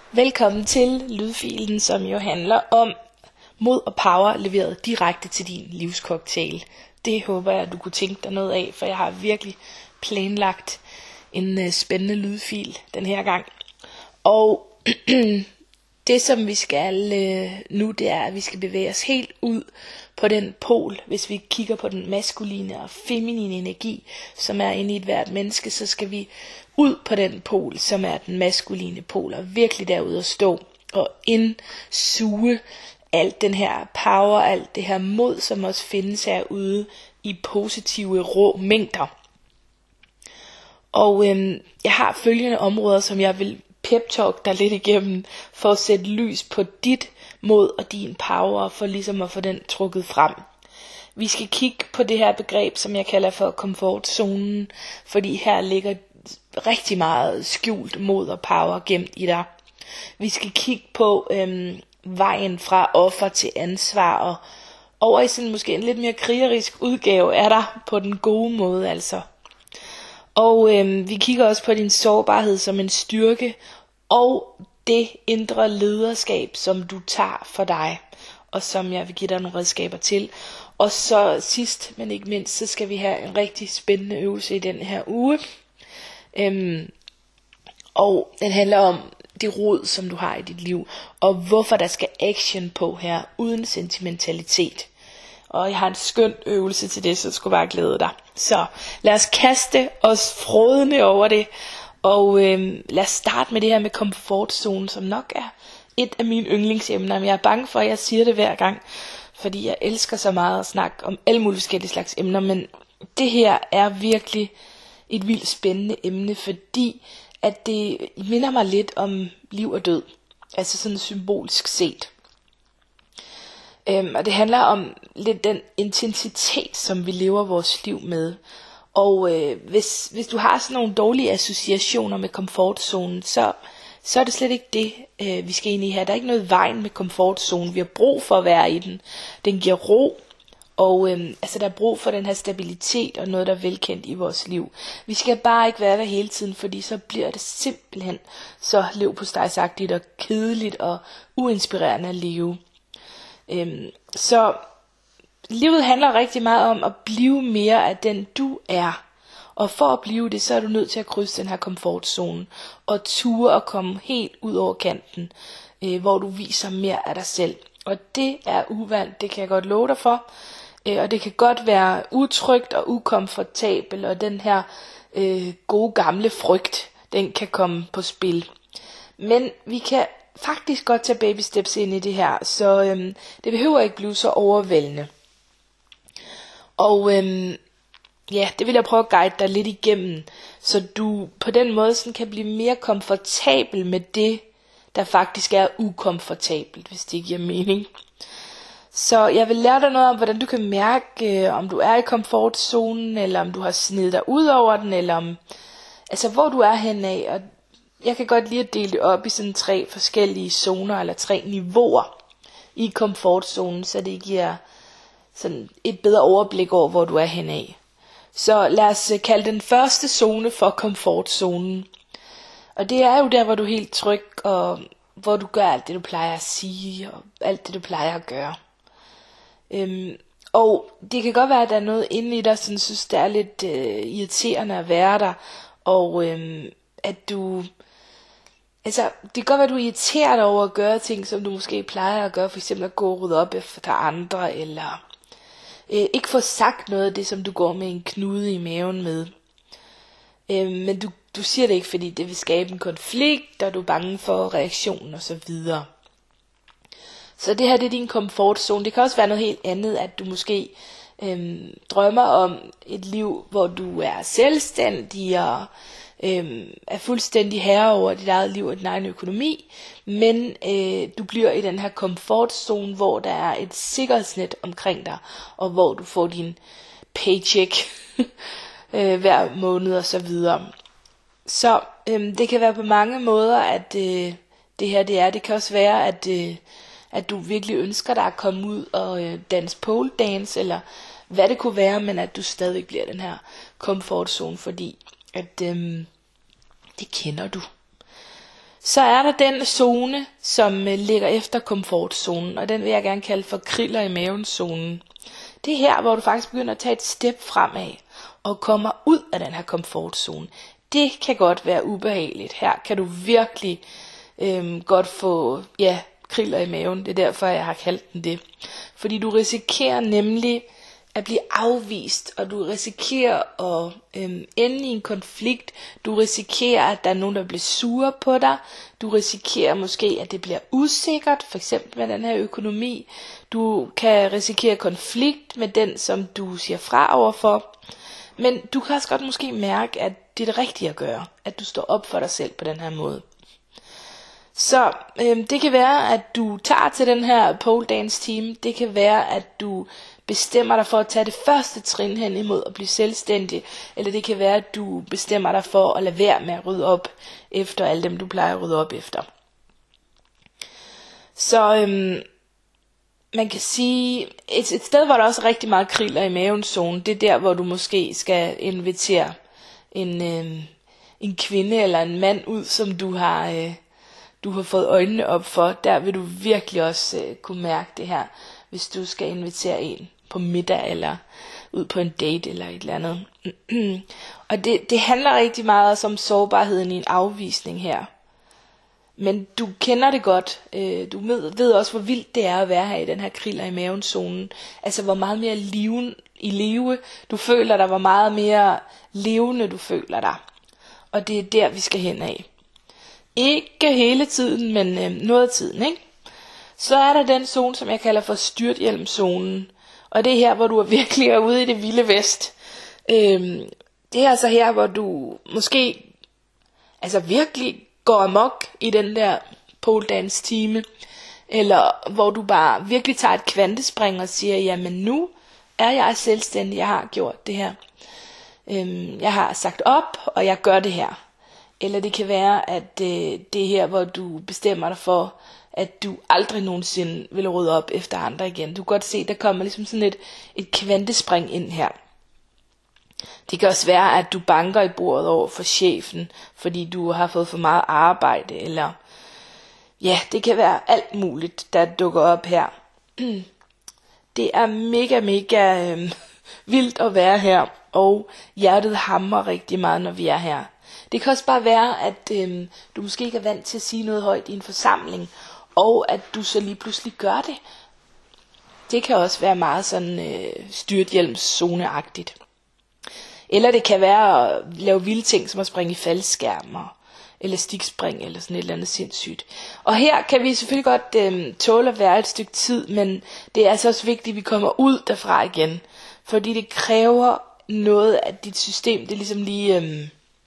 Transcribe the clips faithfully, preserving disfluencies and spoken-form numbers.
Velkommen til lydfilen, som jo handler om mod og power leveret direkte til din livscocktail. Det håber jeg, at du kunne tænke dig noget af, for jeg har virkelig planlagt en uh, spændende lydfil den her gang. Og det som vi skal uh, nu, det er, at vi skal bevæge os helt ud på den pol. Hvis vi kigger på den maskuline og feminine energi, som er inde i et hvert menneske, så skal vi ud på den pol, som er den maskuline pol, og virkelig derude at stå og indsuge alt den her power, alt det her mod, som også findes herude i positive rå mængder. Og øhm, jeg har følgende områder, som jeg vil pep-talk dig lidt igennem, for at sætte lys på dit mod og din power, for ligesom at få den trukket frem. Vi skal kigge på det her begreb, som jeg kalder for komfortzonen, fordi her ligger rigtig meget skjult mod og power gemt i dig. Vi skal kigge på øhm, vejen fra offer til ansvar, og over i sådan måske en lidt mere krigerisk udgave er der på den gode måde altså. Og øhm, vi kigger også på din sårbarhed som en styrke, og det indre lederskab, som du tager for dig, og som jeg vil give dig nogle redskaber til. Og så sidst, men ikke mindst, så skal vi have en rigtig spændende øvelse i den her uge. Øhm, og den handler om det rod, som du har i dit liv, og hvorfor der skal action på her, uden sentimentalitet. Og jeg har en skøn øvelse til det, så du skulle bare glæde dig. Så lad os kaste os frådende over det, og øhm, lad os starte med det her med komfortzone, som nok er et af mine yndlingsemner. Men jeg er bange for, at jeg siger det hver gang, fordi jeg elsker så meget at snakke om alle mulige forskellige slags emner, men det her er virkelig et vildt spændende emne, fordi at det minder mig lidt om liv og død, altså sådan symbolisk set. Øhm, og det handler om lidt den intensitet, som vi lever vores liv med. Og øh, hvis, hvis du har sådan nogle dårlige associationer med komfortzonen, så, så er det slet ikke det, øh, vi skal ind i her. Der er ikke noget vejen med komfortzonen. Vi har brug for at være i den. Den giver ro. Og øhm, altså der er brug for den her stabilitet og noget der er velkendt i vores liv. Vi skal bare ikke være der hele tiden, fordi så bliver det simpelthen så leverpostejsagtigt og kedeligt og uinspirerende at leve. Øhm, så livet handler rigtig meget om at blive mere af den du er. Og for at blive det, så er du nødt til at krydse den her komfortzone og ture og komme helt ud over kanten, øh, hvor du viser mere af dig selv. Og det er uvant, det kan jeg godt love dig for. Og det kan godt være utrygt og ukomfortabelt, og den her øh, gode gamle frygt, den kan komme på spil. Men vi kan faktisk godt tage baby steps ind i det her, så øhm, det behøver ikke blive så overvældende. Og øhm, ja, det vil jeg prøve at guide dig lidt igennem, så du på den måde sådan kan blive mere komfortabel med det, der faktisk er ukomfortabelt, hvis det giver mening. Så jeg vil lære dig noget om, hvordan du kan mærke, øh, om du er i komfortzonen, eller om du har snedet dig ud over den, eller om, altså hvor du er henne af. Og jeg kan godt lide at dele det op i sådan tre forskellige zoner, eller tre niveauer i komfortzonen, så det giver sådan et bedre overblik over, hvor du er henne af. Så lad os kalde den første zone for komfortzonen. Og det er jo der, hvor du er helt tryg, og hvor du gør alt det, du plejer at sige, og alt det, du plejer at gøre. Øhm, og det kan godt være, at der er noget inde i dig, som synes, det er lidt øh, irriterende at være der, og øhm, at du, altså det kan godt være, at du er irriteret over at gøre ting, som du måske plejer at gøre, for eksempel at gå og rydde op efter andre, eller øh, ikke få sagt noget af det, som du går med en knude i maven med. Øhm, men du, du siger det ikke, fordi det vil skabe en konflikt, og du er bange for reaktionen og så videre. Så det her, det er din komfortzone. Det kan også være noget helt andet, at du måske øhm, drømmer om et liv, hvor du er selvstændig og øhm, er fuldstændig herre over dit eget liv og din egen økonomi, men øh, du bliver i den her komfortzone, hvor der er et sikkerhedsnet omkring dig, og hvor du får din paycheck øh, hver måned og så videre. Så øhm, det kan være på mange måder, at øh, det her det er. Det kan også være, at øh, at du virkelig ønsker dig at komme ud og øh, danse pole dance, eller hvad det kunne være, men at du stadig bliver den her comfort zone, fordi at øh, det kender du. Så er der den zone, som øh, ligger efter komfortzonen, og den vil jeg gerne kalde for kriller i maven-zonen. Det er her, hvor du faktisk begynder at tage et step fremad og kommer ud af den her komfortzone. Det kan godt være ubehageligt. Her kan du virkelig øh, godt få ja, kriller i maven. Det er derfor, jeg har kaldt den det. Fordi du risikerer nemlig at blive afvist, og du risikerer at øhm, ende i en konflikt. Du risikerer, at der er nogen, der bliver sure på dig. Du risikerer måske, at det bliver usikkert, for eksempel med den her økonomi. Du kan risikere konflikt med den, som du siger fra overfor. Men du kan også godt måske mærke, at det er det rigtige at gøre, at du står op for dig selv på den her måde. Så øhm, det kan være, at du tager til den her pole dance team. Det kan være, at du bestemmer dig for at tage det første trin hen imod at blive selvstændig. Eller det kan være, at du bestemmer dig for at lade være med at rydde op efter alle dem, du plejer at rydde op efter. Så øhm, man kan sige, et, et sted, hvor der også er rigtig meget kriller i maven-zonen, det er der, hvor du måske skal invitere en, øhm, en kvinde eller en mand ud, som du har... Øh, du har fået øjnene op for. Der vil du virkelig også øh, kunne mærke det her, hvis du skal invitere en på middag eller ud på en date eller et eller andet. Og det, det handler rigtig meget også om sårbarheden i en afvisning her. Men du kender det godt. Øh, du ved, ved også, hvor vildt det er at være her i den her kriller i maven-zonen. Altså hvor meget mere liven, i live du føler dig, hvor meget mere levende du føler dig. Og det er der, vi skal hen af. Ikke hele tiden, men øh, noget af tiden, ikke? Så er der den zone, som jeg kalder for styrthjelmzonen. Og det er her, hvor du er virkelig er ude i det vilde vest. Øhm, det er altså her, hvor du måske altså virkelig går amok i den der pole dance time. Eller hvor du bare virkelig tager et kvantespring og siger, jamen nu er jeg selvstændig, jeg har gjort det her. Øhm, jeg har sagt op, og jeg gør det her. Eller det kan være, at øh, det er her, hvor du bestemmer dig for, at du aldrig nogensinde vil rydde op efter andre igen. Du kan godt se, der kommer ligesom sådan et, et kvantespring ind her. Det kan også være, at du banker i bordet over for chefen, fordi du har fået for meget arbejde. Eller ja, det kan være alt muligt, der dukker op her. Det er mega, mega øh, vildt at være her, og hjertet hamrer rigtig meget, når vi er her. Det kan også bare være, at øh, du måske ikke er vant til at sige noget højt i en forsamling, og at du så lige pludselig gør det. Det kan også være meget sådan øh, styrthjelmszoneagtigt. Eller det kan være at lave vilde ting, som at springe i faldskærmer, elastikspring eller sådan et eller andet sindssygt. Og her kan vi selvfølgelig godt øh, tåle at være et stykke tid, men det er altså også vigtigt, at vi kommer ud derfra igen. Fordi det kræver noget af dit system, det er ligesom lige... Øh,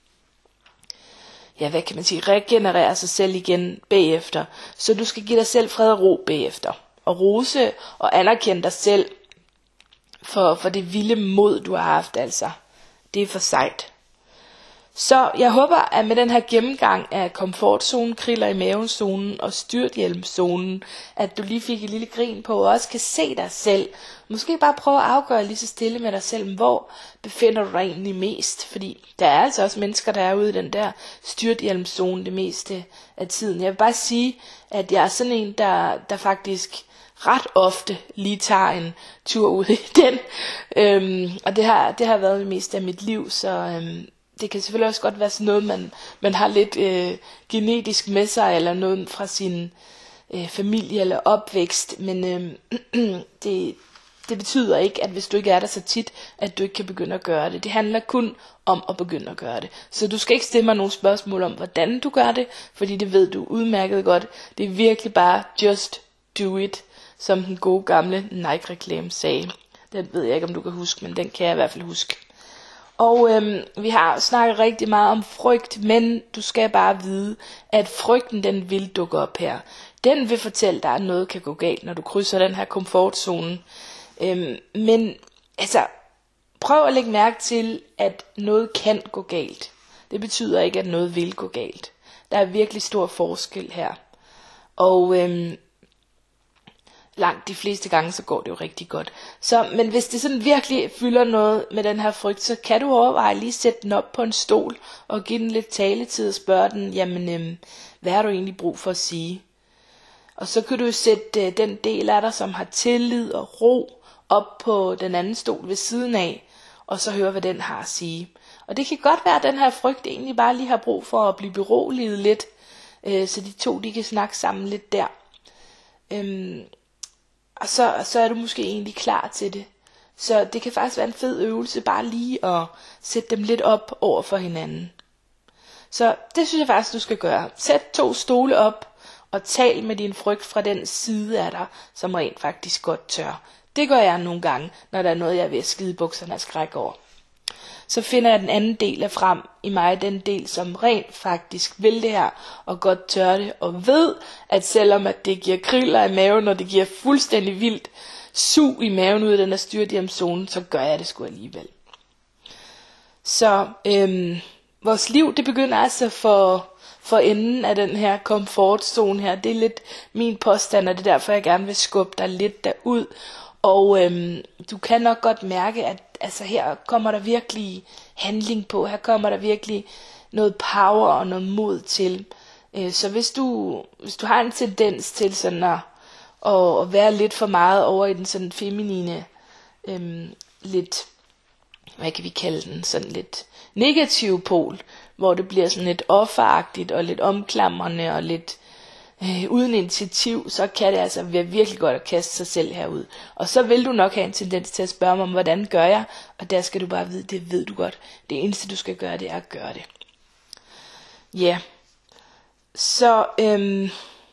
ja, hvad kan man sige, regenerere sig selv igen bagefter. Så du skal give dig selv fred og ro bagefter. Og rose og anerkende dig selv for, for det vilde mod, du har haft altså. Det er for sejt. Så jeg håber, at med den her gennemgang af komfortzonen, kriller i maven-zonen og styrthjelmzonen, at du lige fik et lille grin på, og også kan se dig selv. Måske bare prøve at afgøre lige så stille med dig selv, hvor befinder du dig egentlig mest. Fordi der er altså også mennesker, der er ude i den der styrthjelmzone det meste af tiden. Jeg vil bare sige, at jeg er sådan en, der, der faktisk ret ofte lige tager en tur ud i den. Øhm, og det har, det har været det meste af mit liv, så... Øhm, det kan selvfølgelig også godt være sådan noget, man, man har lidt øh, genetisk med sig, eller noget fra sin øh, familie eller opvækst, men øh, det, det betyder ikke, at hvis du ikke er der så tit, at du ikke kan begynde at gøre det. Det handler kun om at begynde at gøre det. Så du skal ikke stille mig nogle spørgsmål om, hvordan du gør det, fordi det ved du udmærket godt. Det er virkelig bare just do it, som den gode gamle Nike-reklame sagde. Den ved jeg ikke, om du kan huske, men den kan jeg i hvert fald huske. Og øhm, vi har snakket rigtig meget om frygt, men du skal bare vide, at frygten den vil dukke op her. Den vil fortælle dig, at noget kan gå galt, når du krydser den her komfortzone. Øhm, men altså, prøv at lægge mærke til, at noget kan gå galt. Det betyder ikke, at noget vil gå galt. Der er virkelig stor forskel her. Og øhm, langt de fleste gange, så går det jo rigtig godt. Så, men hvis det sådan virkelig fylder noget med den her frygt, så kan du overveje lige at sætte den op på en stol, og give den lidt taletid og spørge den, jamen, øhm, hvad har du egentlig brug for at sige? Og så kan du sætte øh, den del af dig, som har tillid og ro, op på den anden stol ved siden af, og så høre, hvad den har at sige. Og det kan godt være, at den her frygt egentlig bare lige har brug for at blive beroliget lidt, øh, så de to de kan snakke sammen lidt der. Øhm, og så, så er du måske egentlig klar til det. Så det kan faktisk være en fed øvelse, bare lige at sætte dem lidt op over for hinanden. Så det synes jeg faktisk, du skal gøre. Sæt to stole op, og tal med din frygt fra den side af dig, som rent faktisk godt tør. Det gør jeg nogle gange, når der er noget, jeg er ved at skide bukserne af skræk over. Så finder jeg den anden del af frem i mig, den del, som rent faktisk vil det her, og godt tør det, og ved, at selvom at det giver kriller i maven, og det giver fuldstændig vildt sug i maven ud af den her styrthjemszone, så gør jeg det sgu alligevel. Så øhm, vores liv, det begynder altså for, for enden af den her komfortzone her. Det er lidt min påstand, og det er derfor, jeg gerne vil skubbe dig lidt derud. Og øhm, du kan nok godt mærke, at altså, her kommer der virkelig handling på. Her kommer der virkelig noget power og noget mod til. Øh, så hvis du, hvis du har en tendens til sådan at, at, at være lidt for meget over i den sådan feminine, øhm, lidt, hvad kan vi kalde den, sådan lidt negative pol, hvor det bliver sådan lidt offeragtigt og lidt omklamrende og lidt øh, uden initiativ, så kan det altså være virkelig godt at kaste sig selv herud. Og så vil du nok have en tendens til at spørge mig om, hvordan gør jeg? Og der skal du bare vide, det ved du godt. Det eneste du skal gøre, det er at gøre det. Ja. Yeah. Så øhm,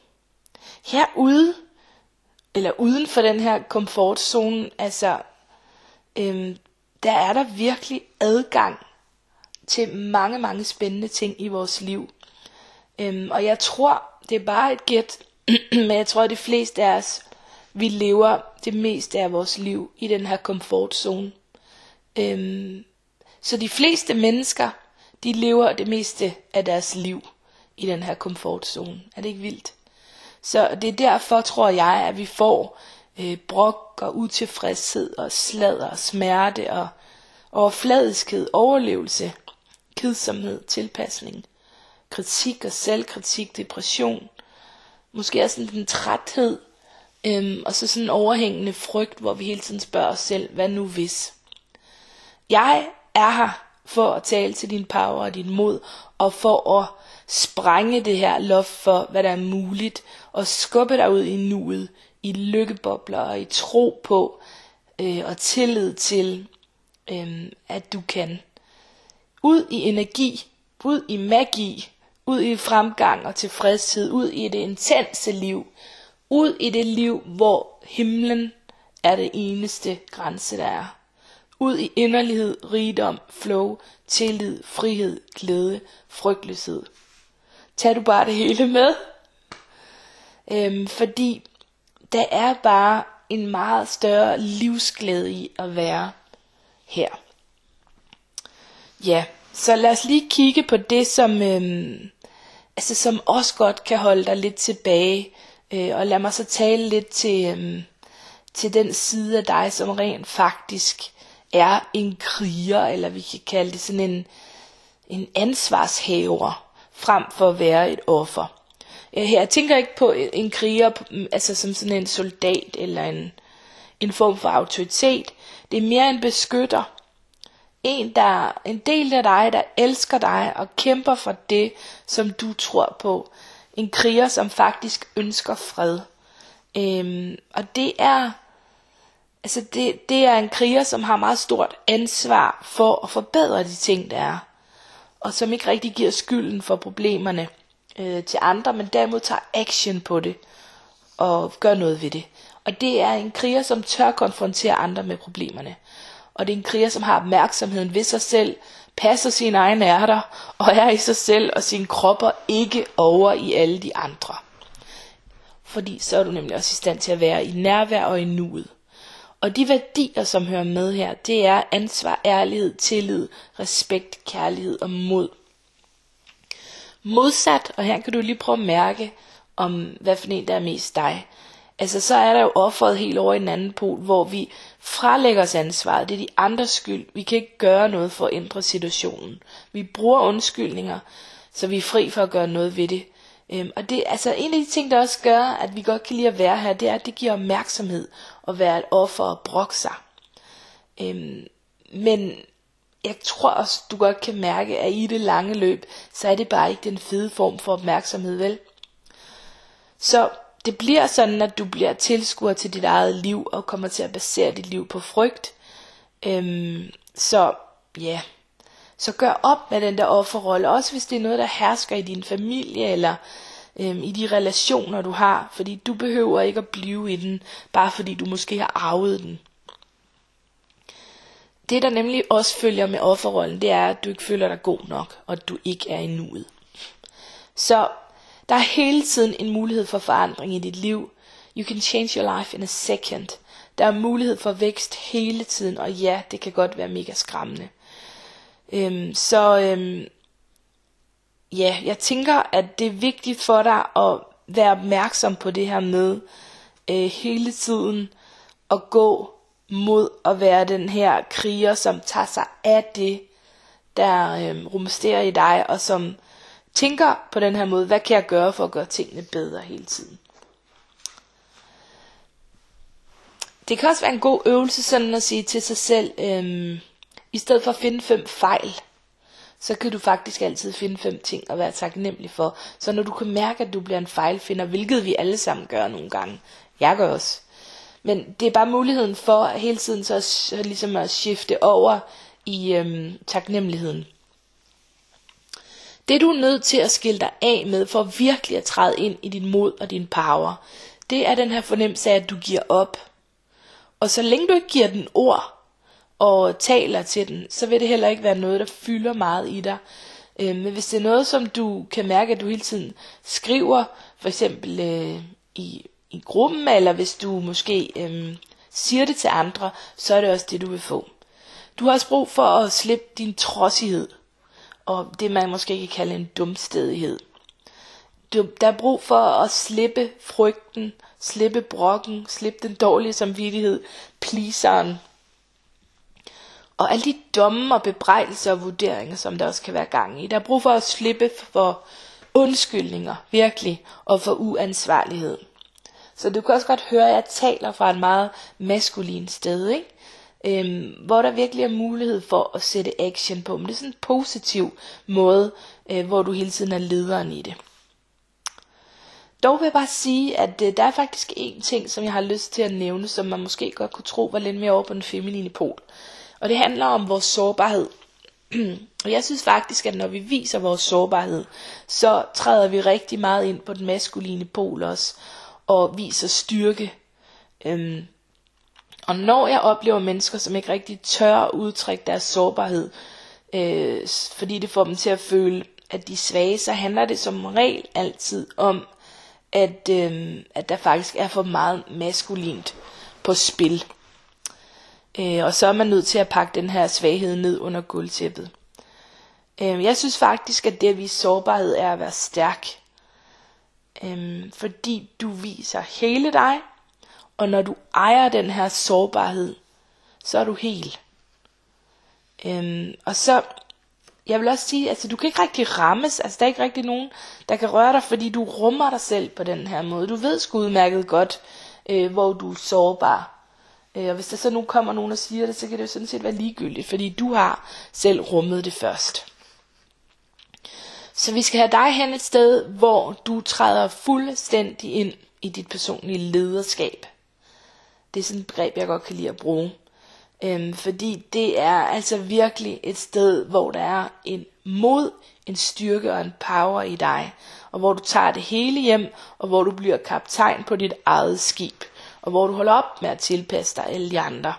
herude, eller uden for den her komfortzone, altså, øhm, der er der virkelig adgang til mange, mange spændende ting i vores liv. Øhm, og jeg tror, det er bare et gæt, men jeg tror, at de fleste af os, vi lever det meste af vores liv i den her komfortzone. Øhm, så de fleste mennesker, de lever det meste af deres liv i den her komfortzone. Er det ikke vildt? Så det er derfor, tror jeg, at vi får øh, brok og utilfredshed og sladder og smerte og overfladiskhed, overlevelse, kedsomhed, tilpasning, kritik og selvkritik, depression, måske også sådan en træthed, øhm, og så sådan en overhængende frygt, hvor vi hele tiden spørger os selv, hvad nu hvis? Jeg er her for at tale til din power og din mod, og for at sprænge det her loft for, hvad der er muligt, og skubbe dig ud i nuet, i lykkebobler og i tro på, øh, og tillid til, øh, at du kan. Ud i energi, ud i magi, ud i fremgang og tilfredshed, ud i det intense liv, ud i det liv, hvor himlen er det eneste grænse, der er. Ud i inderlighed, rigdom, flow, tillid, frihed, glæde, frygtløshed. Tag du bare det hele med. Øhm, fordi der er bare en meget større livsglæde i at være her. Ja, så lad os lige kigge på det, som, øhm, altså, som også godt kan holde dig lidt tilbage. Øh, og lad mig så tale lidt til, øhm, til den side af dig, som rent faktisk er en kriger, eller vi kan kalde det sådan en, en ansvarshaver, frem for at være et offer. Her jeg tænker ikke på en kriger, altså som sådan en soldat, eller en, en form for autoritet. Det er mere en beskytter. En, der, en del af dig, der elsker dig, og kæmper for det, som du tror på. En kriger, som faktisk ønsker fred. Øhm, og det er... Altså det, det er en kriger, som har meget stort ansvar for at forbedre de ting, der er. Og som ikke rigtig giver skylden for problemerne øh, til andre, men derimod tager action på det og gør noget ved det. Og det er en kriger, som tør konfrontere andre med problemerne. Og det er en kriger, som har opmærksomheden ved sig selv, passer sine egne ærter og er i sig selv og sine kropper, ikke over i alle de andre. Fordi så er du nemlig også i stand til at være i nærvær og i nuet. Og de værdier, som hører med her, det er ansvar, ærlighed, tillid, respekt, kærlighed og mod. Modsat, og her kan du lige prøve at mærke, om hvad for en der er mest dig. altså så er der jo offeret helt over i den anden pol, hvor vi fralægger os ansvaret. Det er de andres skyld. Vi kan ikke gøre noget for at ændre situationen. Vi bruger undskyldninger, så vi er fri for at gøre noget ved det. Øhm, og det, altså en af de ting, der også gør, at vi godt kan lide at være her, det er, at det giver opmærksomhed at være et offer og brokke sig. Øhm, men jeg tror også, du godt kan mærke, at i det lange løb, så er det bare ikke den fede form for opmærksomhed, vel? Så det bliver sådan, at du bliver tilskuer til dit eget liv, og kommer til at basere dit liv på frygt. Øhm, så ja, yeah. Så gør op med den der offerrolle, også hvis det er noget, der hersker i din familie, eller øhm, i de relationer, du har. Fordi du behøver ikke at blive i den, bare fordi du måske har arvet den. Det der nemlig også følger med offerrollen, det er, at du ikke føler dig god nok, og at du ikke er i nuet. Så der er hele tiden en mulighed for forandring i dit liv. You can change your life in a second. Der er mulighed for vækst hele tiden, og ja, det kan godt være mega skræmmende. Øhm, så øhm, ja, jeg tænker, at det er vigtigt for dig at være opmærksom på det her med øh, hele tiden at gå mod at være den her kriger, som tager sig af det, der øhm, rumsterer i dig, og som tænker på den her måde, hvad kan jeg gøre for at gøre tingene bedre hele tiden. Det kan også være en god øvelse sådan at sige til sig selv, øhm, i stedet for at finde fem fejl, så kan du faktisk altid finde fem ting at være taknemmelig for. Så når du kan mærke, at du bliver en fejlfinder, hvilket vi alle sammen gør nogle gange, jeg gør også, men det er bare muligheden for hele tiden så, så ligesom at skifte over i øhm, taknemmeligheden. Det du er nødt til at skille dig af med, for virkelig at træde ind i din mod og din power, det er den her fornemmelse af, at du giver op. Og så længe du ikke giver den ord, og taler til den, så vil det heller ikke være noget, der fylder meget i dig. Øh, men hvis det er noget, som du kan mærke, at du hele tiden skriver, for eksempel øh, i, i gruppen, eller hvis du måske øh, siger det til andre, så er det også det, du vil få. Du har også brug for at slippe din trodsighed, og det man måske kan kalde en dumstædighed. Du, der er brug for at slippe frygten, slippe brokken, slippe den dårlige samvittighed, pleaseren, og alle de domme og bebrejdelser og vurderinger, som der også kan være gang i. Der er brug for at slippe for undskyldninger, virkelig, og for uansvarlighed. Så du kan også godt høre, at jeg taler fra et meget maskulin sted, ikke? Øhm, hvor der virkelig er mulighed for at sætte action på. Men det er sådan en positiv måde, øh, hvor du hele tiden er lederen i det. Dog vil jeg bare sige, at øh, der er faktisk en ting, som jeg har lyst til at nævne, som man måske godt kunne tro var lidt mere over på den feminine pol. Og det handler om vores sårbarhed. Og jeg synes faktisk, at når vi viser vores sårbarhed, så træder vi rigtig meget ind på den maskuline pol også, og viser styrke. Øhm, og når jeg oplever mennesker, som ikke rigtig tør at udtrykke deres sårbarhed, øh, fordi det får dem til at føle, at de er svage, så handler det som regel altid om, at, øh, at der faktisk er for meget maskulint på spil. Øh, og så er man nødt til at pakke den her svaghed ned under gulvtæppet. Øh, jeg synes faktisk, at det at vise sårbarhed er at være stærk. Øh, fordi du viser hele dig, og når du ejer den her sårbarhed, så er du hel. Øh, og så, jeg vil også sige, altså du kan ikke rigtig rammes, altså der er ikke rigtig nogen, der kan røre dig, fordi du rummer dig selv på den her måde. Du ved sgu udmærket godt, øh, hvor du er sårbar. Og hvis der så nu kommer nogen og siger det, så kan det jo sådan set være ligegyldigt, fordi du har selv rummet det først. Så vi skal have dig hen et sted, hvor du træder fuldstændig ind i dit personlige lederskab. Det er sådan et begreb, jeg godt kan lide at bruge. Øhm, fordi det er altså virkelig et sted, hvor der er en mod, en styrke og en power i dig. Og hvor du tager det hele hjem, og hvor du bliver kaptajn på dit eget skib. Og hvor du holder op med at tilpasse dig alle de andre.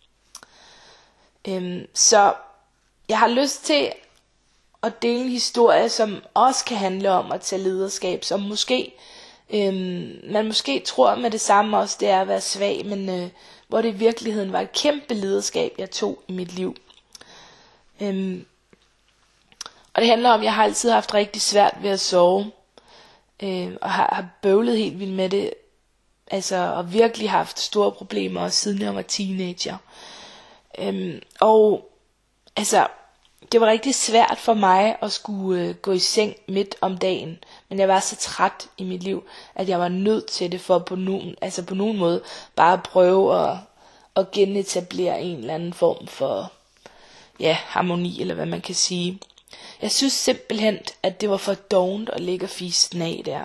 Øhm, så jeg har lyst til at dele en historie, som også kan handle om at tage lederskab, som måske, øhm, man måske tror med det samme også, det er at være svag, men øh, hvor det i virkeligheden var et kæmpe lederskab, jeg tog i mit liv. Øhm, og det handler om, at jeg har altid haft rigtig svært ved at sove, øh, og har, har bøvlet helt vildt med det, Altså, og virkelig haft store problemer, siden jeg var teenager. Øhm, og altså, det var rigtig svært for mig at skulle øh, gå i seng midt om dagen. Men jeg var så træt i mit liv, at jeg var nødt til det for på nogen, altså på nogen måde bare at prøve at, at genetablere en eller anden form for ja, harmoni, eller hvad man kan sige. Jeg synes simpelthen, at det var for dovent at ligge og fise den af der.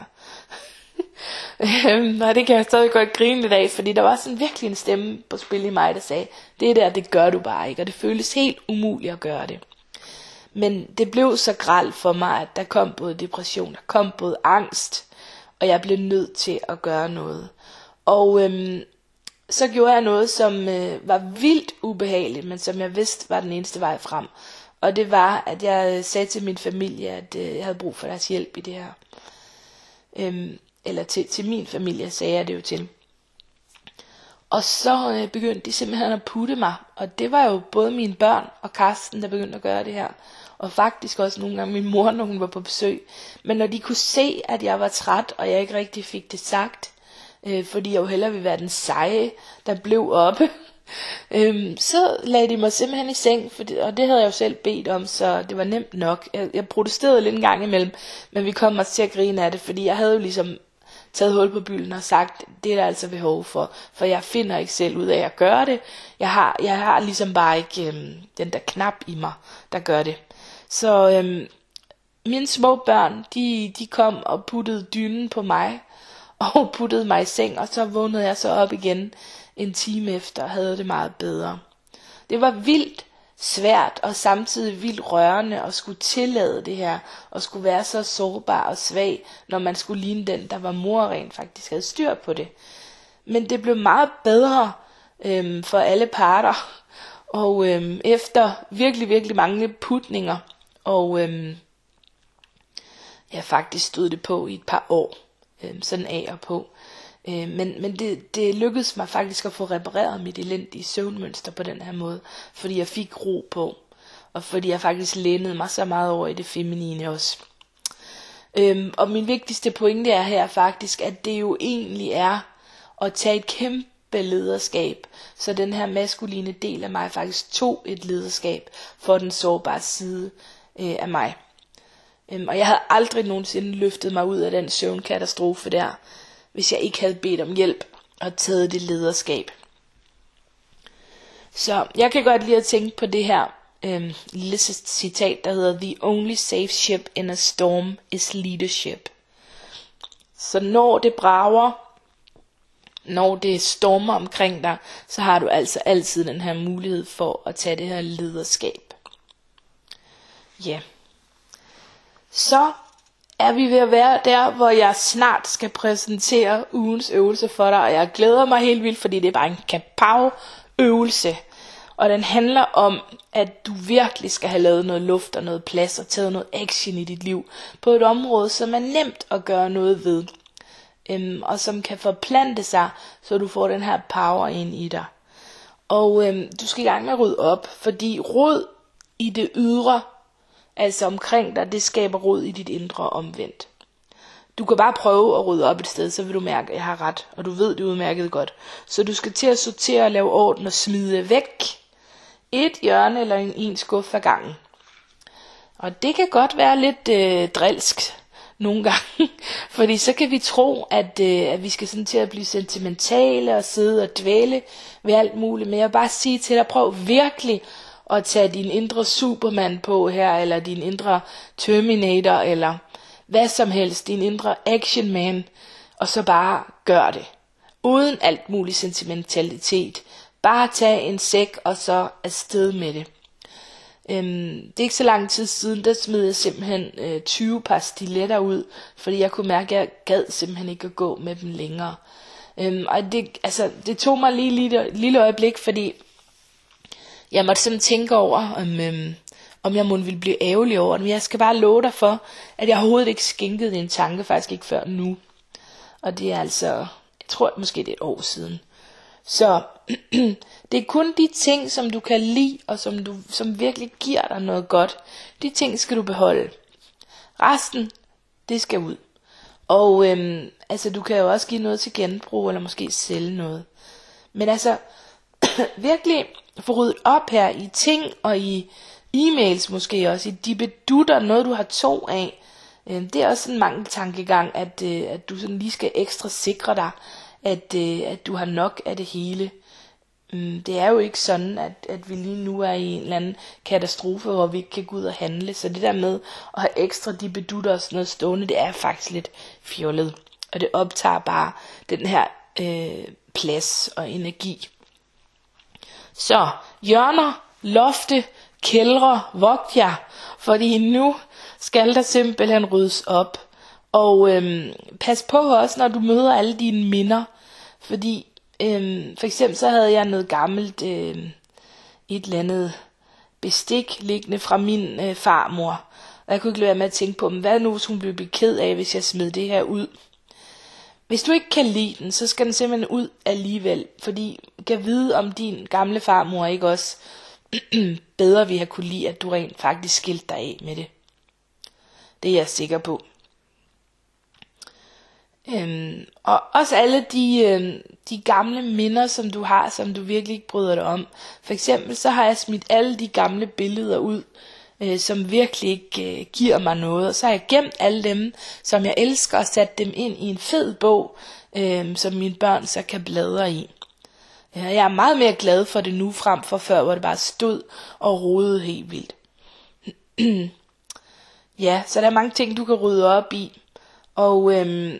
Nej, det kan jeg stadig godt grine lidt af, fordi der var sådan virkelig en stemme på spil i mig, der sagde, det der, det gør du bare ikke, og det føltes helt umuligt at gøre det. Men det blev så grelt for mig, at der kom både depression, der kom både angst, og jeg blev nødt til at gøre noget. Og øhm, så gjorde jeg noget, som øh, var vildt ubehageligt, men som jeg vidste var den eneste vej frem. Og det var, at jeg sagde til min familie, at øh, jeg havde brug for deres hjælp i det her. Øhm, eller til, til min familie sagde jeg det jo til. Og så øh, begyndte de simpelthen at putte mig. Og det var jo både mine børn og Karsten, der begyndte at gøre det her. Og faktisk også nogle gange min mor, når hun var på besøg. Men når de kunne se, at jeg var træt, og jeg ikke rigtig fik det sagt, øh, fordi jeg jo hellere ville være den seje, der blev oppe, øhm, så lagde de mig simpelthen i seng, for det, og det havde jeg jo selv bedt om, så det var nemt nok. Jeg, jeg protesterede lidt en gang imellem, men vi kom også til at grine af det, fordi jeg havde jo ligesom taget hul på bylden og sagt, det er der altså behov for, for jeg finder ikke selv ud af at gøre det. Jeg har, jeg har ligesom bare ikke øhm, den der knap i mig, der gør det. Så øhm, mine små børn, de, de kom og puttede dynen på mig, og puttede mig i seng, og så vågnede jeg så op igen en time efter, og havde det meget bedre. Det var vildt svært, og samtidig vildt rørende at skulle tillade det her, og skulle være så sårbar og svag, når man skulle ligne den, der var mor og rent faktisk havde styr på det. Men det blev meget bedre øhm, for alle parter, og øhm, efter virkelig, virkelig mange putninger, og øhm, ja, faktisk stod det på i et par år, øhm, sådan af og på. Øh, men men det, det lykkedes mig faktisk at få repareret mit elendige søvnmønster på den her måde, fordi jeg fik ro på, og fordi jeg faktisk lænede mig så meget over i det feminine også. Øhm, og min vigtigste pointe er her faktisk, at det jo egentlig er at tage et kæmpe lederskab, så den her maskuline del af mig faktisk tog et lederskab for den sårbare side øh, af mig. Øhm, og jeg havde aldrig nogensinde løftet mig ud af den søvnkatastrofe der, hvis jeg ikke havde bedt om hjælp og taget det lederskab. Så jeg kan godt lide at tænke på det her øhm, lille citat, der hedder, The only safe ship in a storm is leadership. Så når det brager, når det stormer omkring dig, så har du altså altid den her mulighed for at tage det her lederskab. Ja. Yeah. Så er vi ved at være der, hvor jeg snart skal præsentere ugens øvelse for dig, og jeg glæder mig helt vildt, fordi det er bare en kapow øvelse, og den handler om, at du virkelig skal have lavet noget luft og noget plads, og taget noget action i dit liv, på et område, som er nemt at gøre noget ved, øhm, og som kan forplante sig, så du får den her power ind i dig. Og øhm, du skal i gang med at rydde op, fordi rod i det ydre, altså omkring dig, det skaber rod i dit indre omvendt. Du kan bare prøve at rydde op et sted, så vil du mærke, at jeg har ret, og du ved det udmærket godt. Så du skal til at sortere og lave orden og smide væk et hjørne eller en, en skuffe ad gangen. Og det kan godt være lidt øh, drilsk nogle gange, fordi så kan vi tro, at, øh, at vi skal sådan til at blive sentimentale og sidde og dvæle ved alt muligt. Men jeg vil bare sige til dig, prøv virkelig og tage din indre Superman på her, eller din indre Terminator, eller hvad som helst, din indre Action Man, og så bare gør det. Uden alt mulig sentimentalitet. Bare tag en sæk, og så afsted med det. Øhm, det er ikke så lang tid siden, der smed jeg simpelthen øh, tyve par stiletter ud, fordi jeg kunne mærke, at jeg gad simpelthen ikke at gå med dem længere. Øhm, og det, altså, det tog mig lige et lille, lille øjeblik, fordi jeg måtte sådan tænke over, om, øhm, om jeg måtte ville blive ærgerlig over det. Men jeg skal bare love dig for, at jeg overhovedet ikke skænkede det en tanke, faktisk ikke før nu. Og det er altså, jeg tror måske det er et år siden. Så det er kun de ting, som du kan lide, og som, du, som virkelig giver dig noget godt. De ting skal du beholde. Resten, det skal ud. Og øhm, altså du kan jo også give noget til genbrug, eller måske sælge noget. Men altså virkelig få ryddet op her i ting og i e-mails måske også, i dippedutter, noget du har to af. Øhm, det er også en mangeltankegang, at, øh, at du sådan lige skal ekstra sikre dig, at, øh, at du har nok af det hele. Mm, det er jo ikke sådan, at, at vi lige nu er i en eller anden katastrofe, hvor vi ikke kan gå ud og handle. Så det der med at have ekstra dippedutter og sådan noget stående, det er faktisk lidt fjollet. Og det optager bare den her øh, plads og energi. Så hjørner, lofte, kældre, vogt jer, fordi nu skal der simpelthen ryddes op. Og øhm, pas på også, når du møder alle dine minder, fordi øhm, for eksempel så havde jeg noget gammelt, øhm, et eller andet bestik liggende fra min øh, farmor, og jeg kunne ikke lade være med at tænke på, hvad nu hvis hun blev ked af, hvis jeg smed det her ud. Hvis du ikke kan lide den, så skal den simpelthen ud alligevel, fordi kan vide om din gamle farmor ikke også bedre vil have kunne lide, at du rent faktisk skilte dig af med det. Det er jeg sikker på. Øhm, og også alle de, øhm, de gamle minder, som du har, som du virkelig ikke bryder dig om. For eksempel så har jeg smidt alle de gamle billeder ud, øh, som virkelig ikke øh, giver mig noget. Og så har jeg gemt alle dem, som jeg elsker, og sat dem ind i en fed bog, øh, som mine børn så kan bladre i. Jeg er meget mere glad for det nu, frem for før, hvor det bare stod og rodede helt vildt. Ja, så der er mange ting, du kan rydde op i. Og øhm,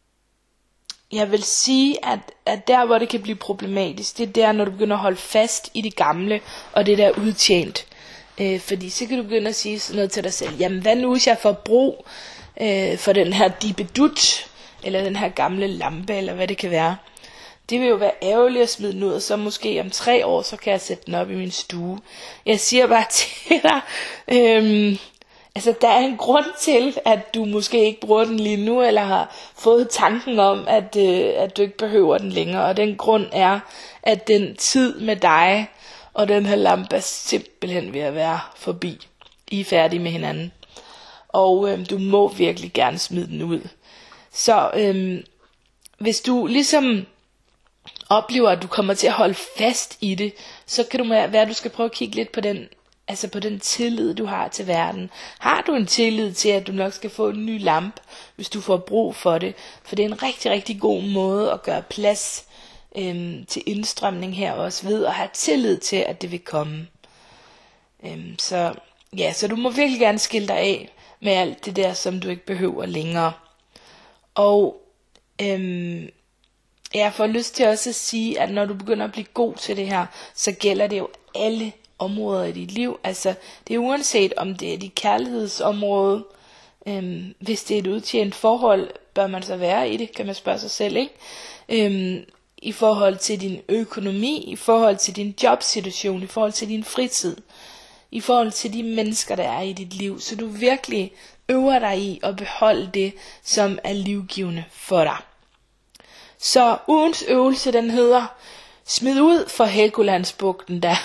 jeg vil sige, at, at der, hvor det kan blive problematisk, det er der, når du begynder at holde fast i det gamle, og det der er udtjent. Øh, fordi så kan du begynde at sige sådan noget til dig selv. Jamen, hvad nu hvis jeg får brug øh, for den her dibedut, eller den her gamle lampe, eller hvad det kan være. Det vil jo være ærgerligt at smide den ud, og så måske om tre år, så kan jeg sætte den op i min stue. Jeg siger bare til dig, øhm, altså der er en grund til, at du måske ikke bruger den lige nu, eller har fået tanken om, at, øh, at du ikke behøver den længere. Og den grund er, at den tid med dig og den her lampe er simpelthen ved at være forbi. I er færdige med hinanden. Og øhm, du må virkelig gerne smide den ud. Så øhm, hvis du ligesom oplever, at du kommer til at holde fast i det, så kan det være, at du skal prøve at kigge lidt på den, altså på den tillid, du har til verden. Har du en tillid til, at du nok skal få en ny lampe, hvis du får brug for det? For det er en rigtig, rigtig god måde at gøre plads øhm, til indstrømning her også, ved at have tillid til, at det vil komme. Øhm, så ja, så du må virkelig gerne skille dig af med alt det der, som du ikke behøver længere. Og øhm, jeg får lyst til også at sige, at når du begynder at blive god til det her, så gælder det jo alle områder i dit liv. Altså, det er uanset om det er dit kærlighedsområde, øhm, hvis det er et udtjent forhold, bør man så være i det, kan man spørge sig selv, ikke? Øhm, I forhold til din økonomi, i forhold til din jobsituation, i forhold til din fritid, i forhold til de mennesker, der er i dit liv, så du virkelig øver dig i at beholde det, som er livgivende for dig. Så ugens øvelse, den hedder smid ud for Helgolandsbugten der.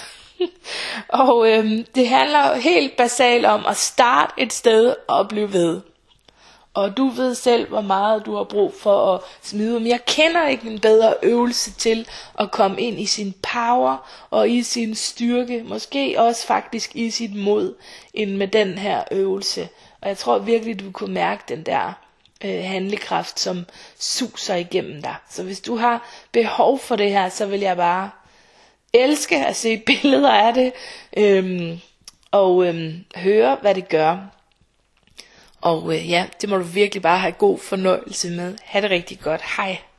Og øhm, det handler helt basalt om at starte et sted og blive ved. Og du ved selv, hvor meget du har brug for at smide ud. Men jeg kender ikke en bedre øvelse til at komme ind i sin power og i sin styrke. Måske også faktisk i sit mod, end med den her øvelse. Og jeg tror virkelig, du kunne mærke den der øh, handlekraft, som suser igennem dig. Så hvis du har behov for det her, så vil jeg bare elske at se billeder af det. Øhm, og øhm, høre, hvad det gør. Og øh, ja, det må du virkelig bare have god fornøjelse med. Ha' det rigtig godt. Hej.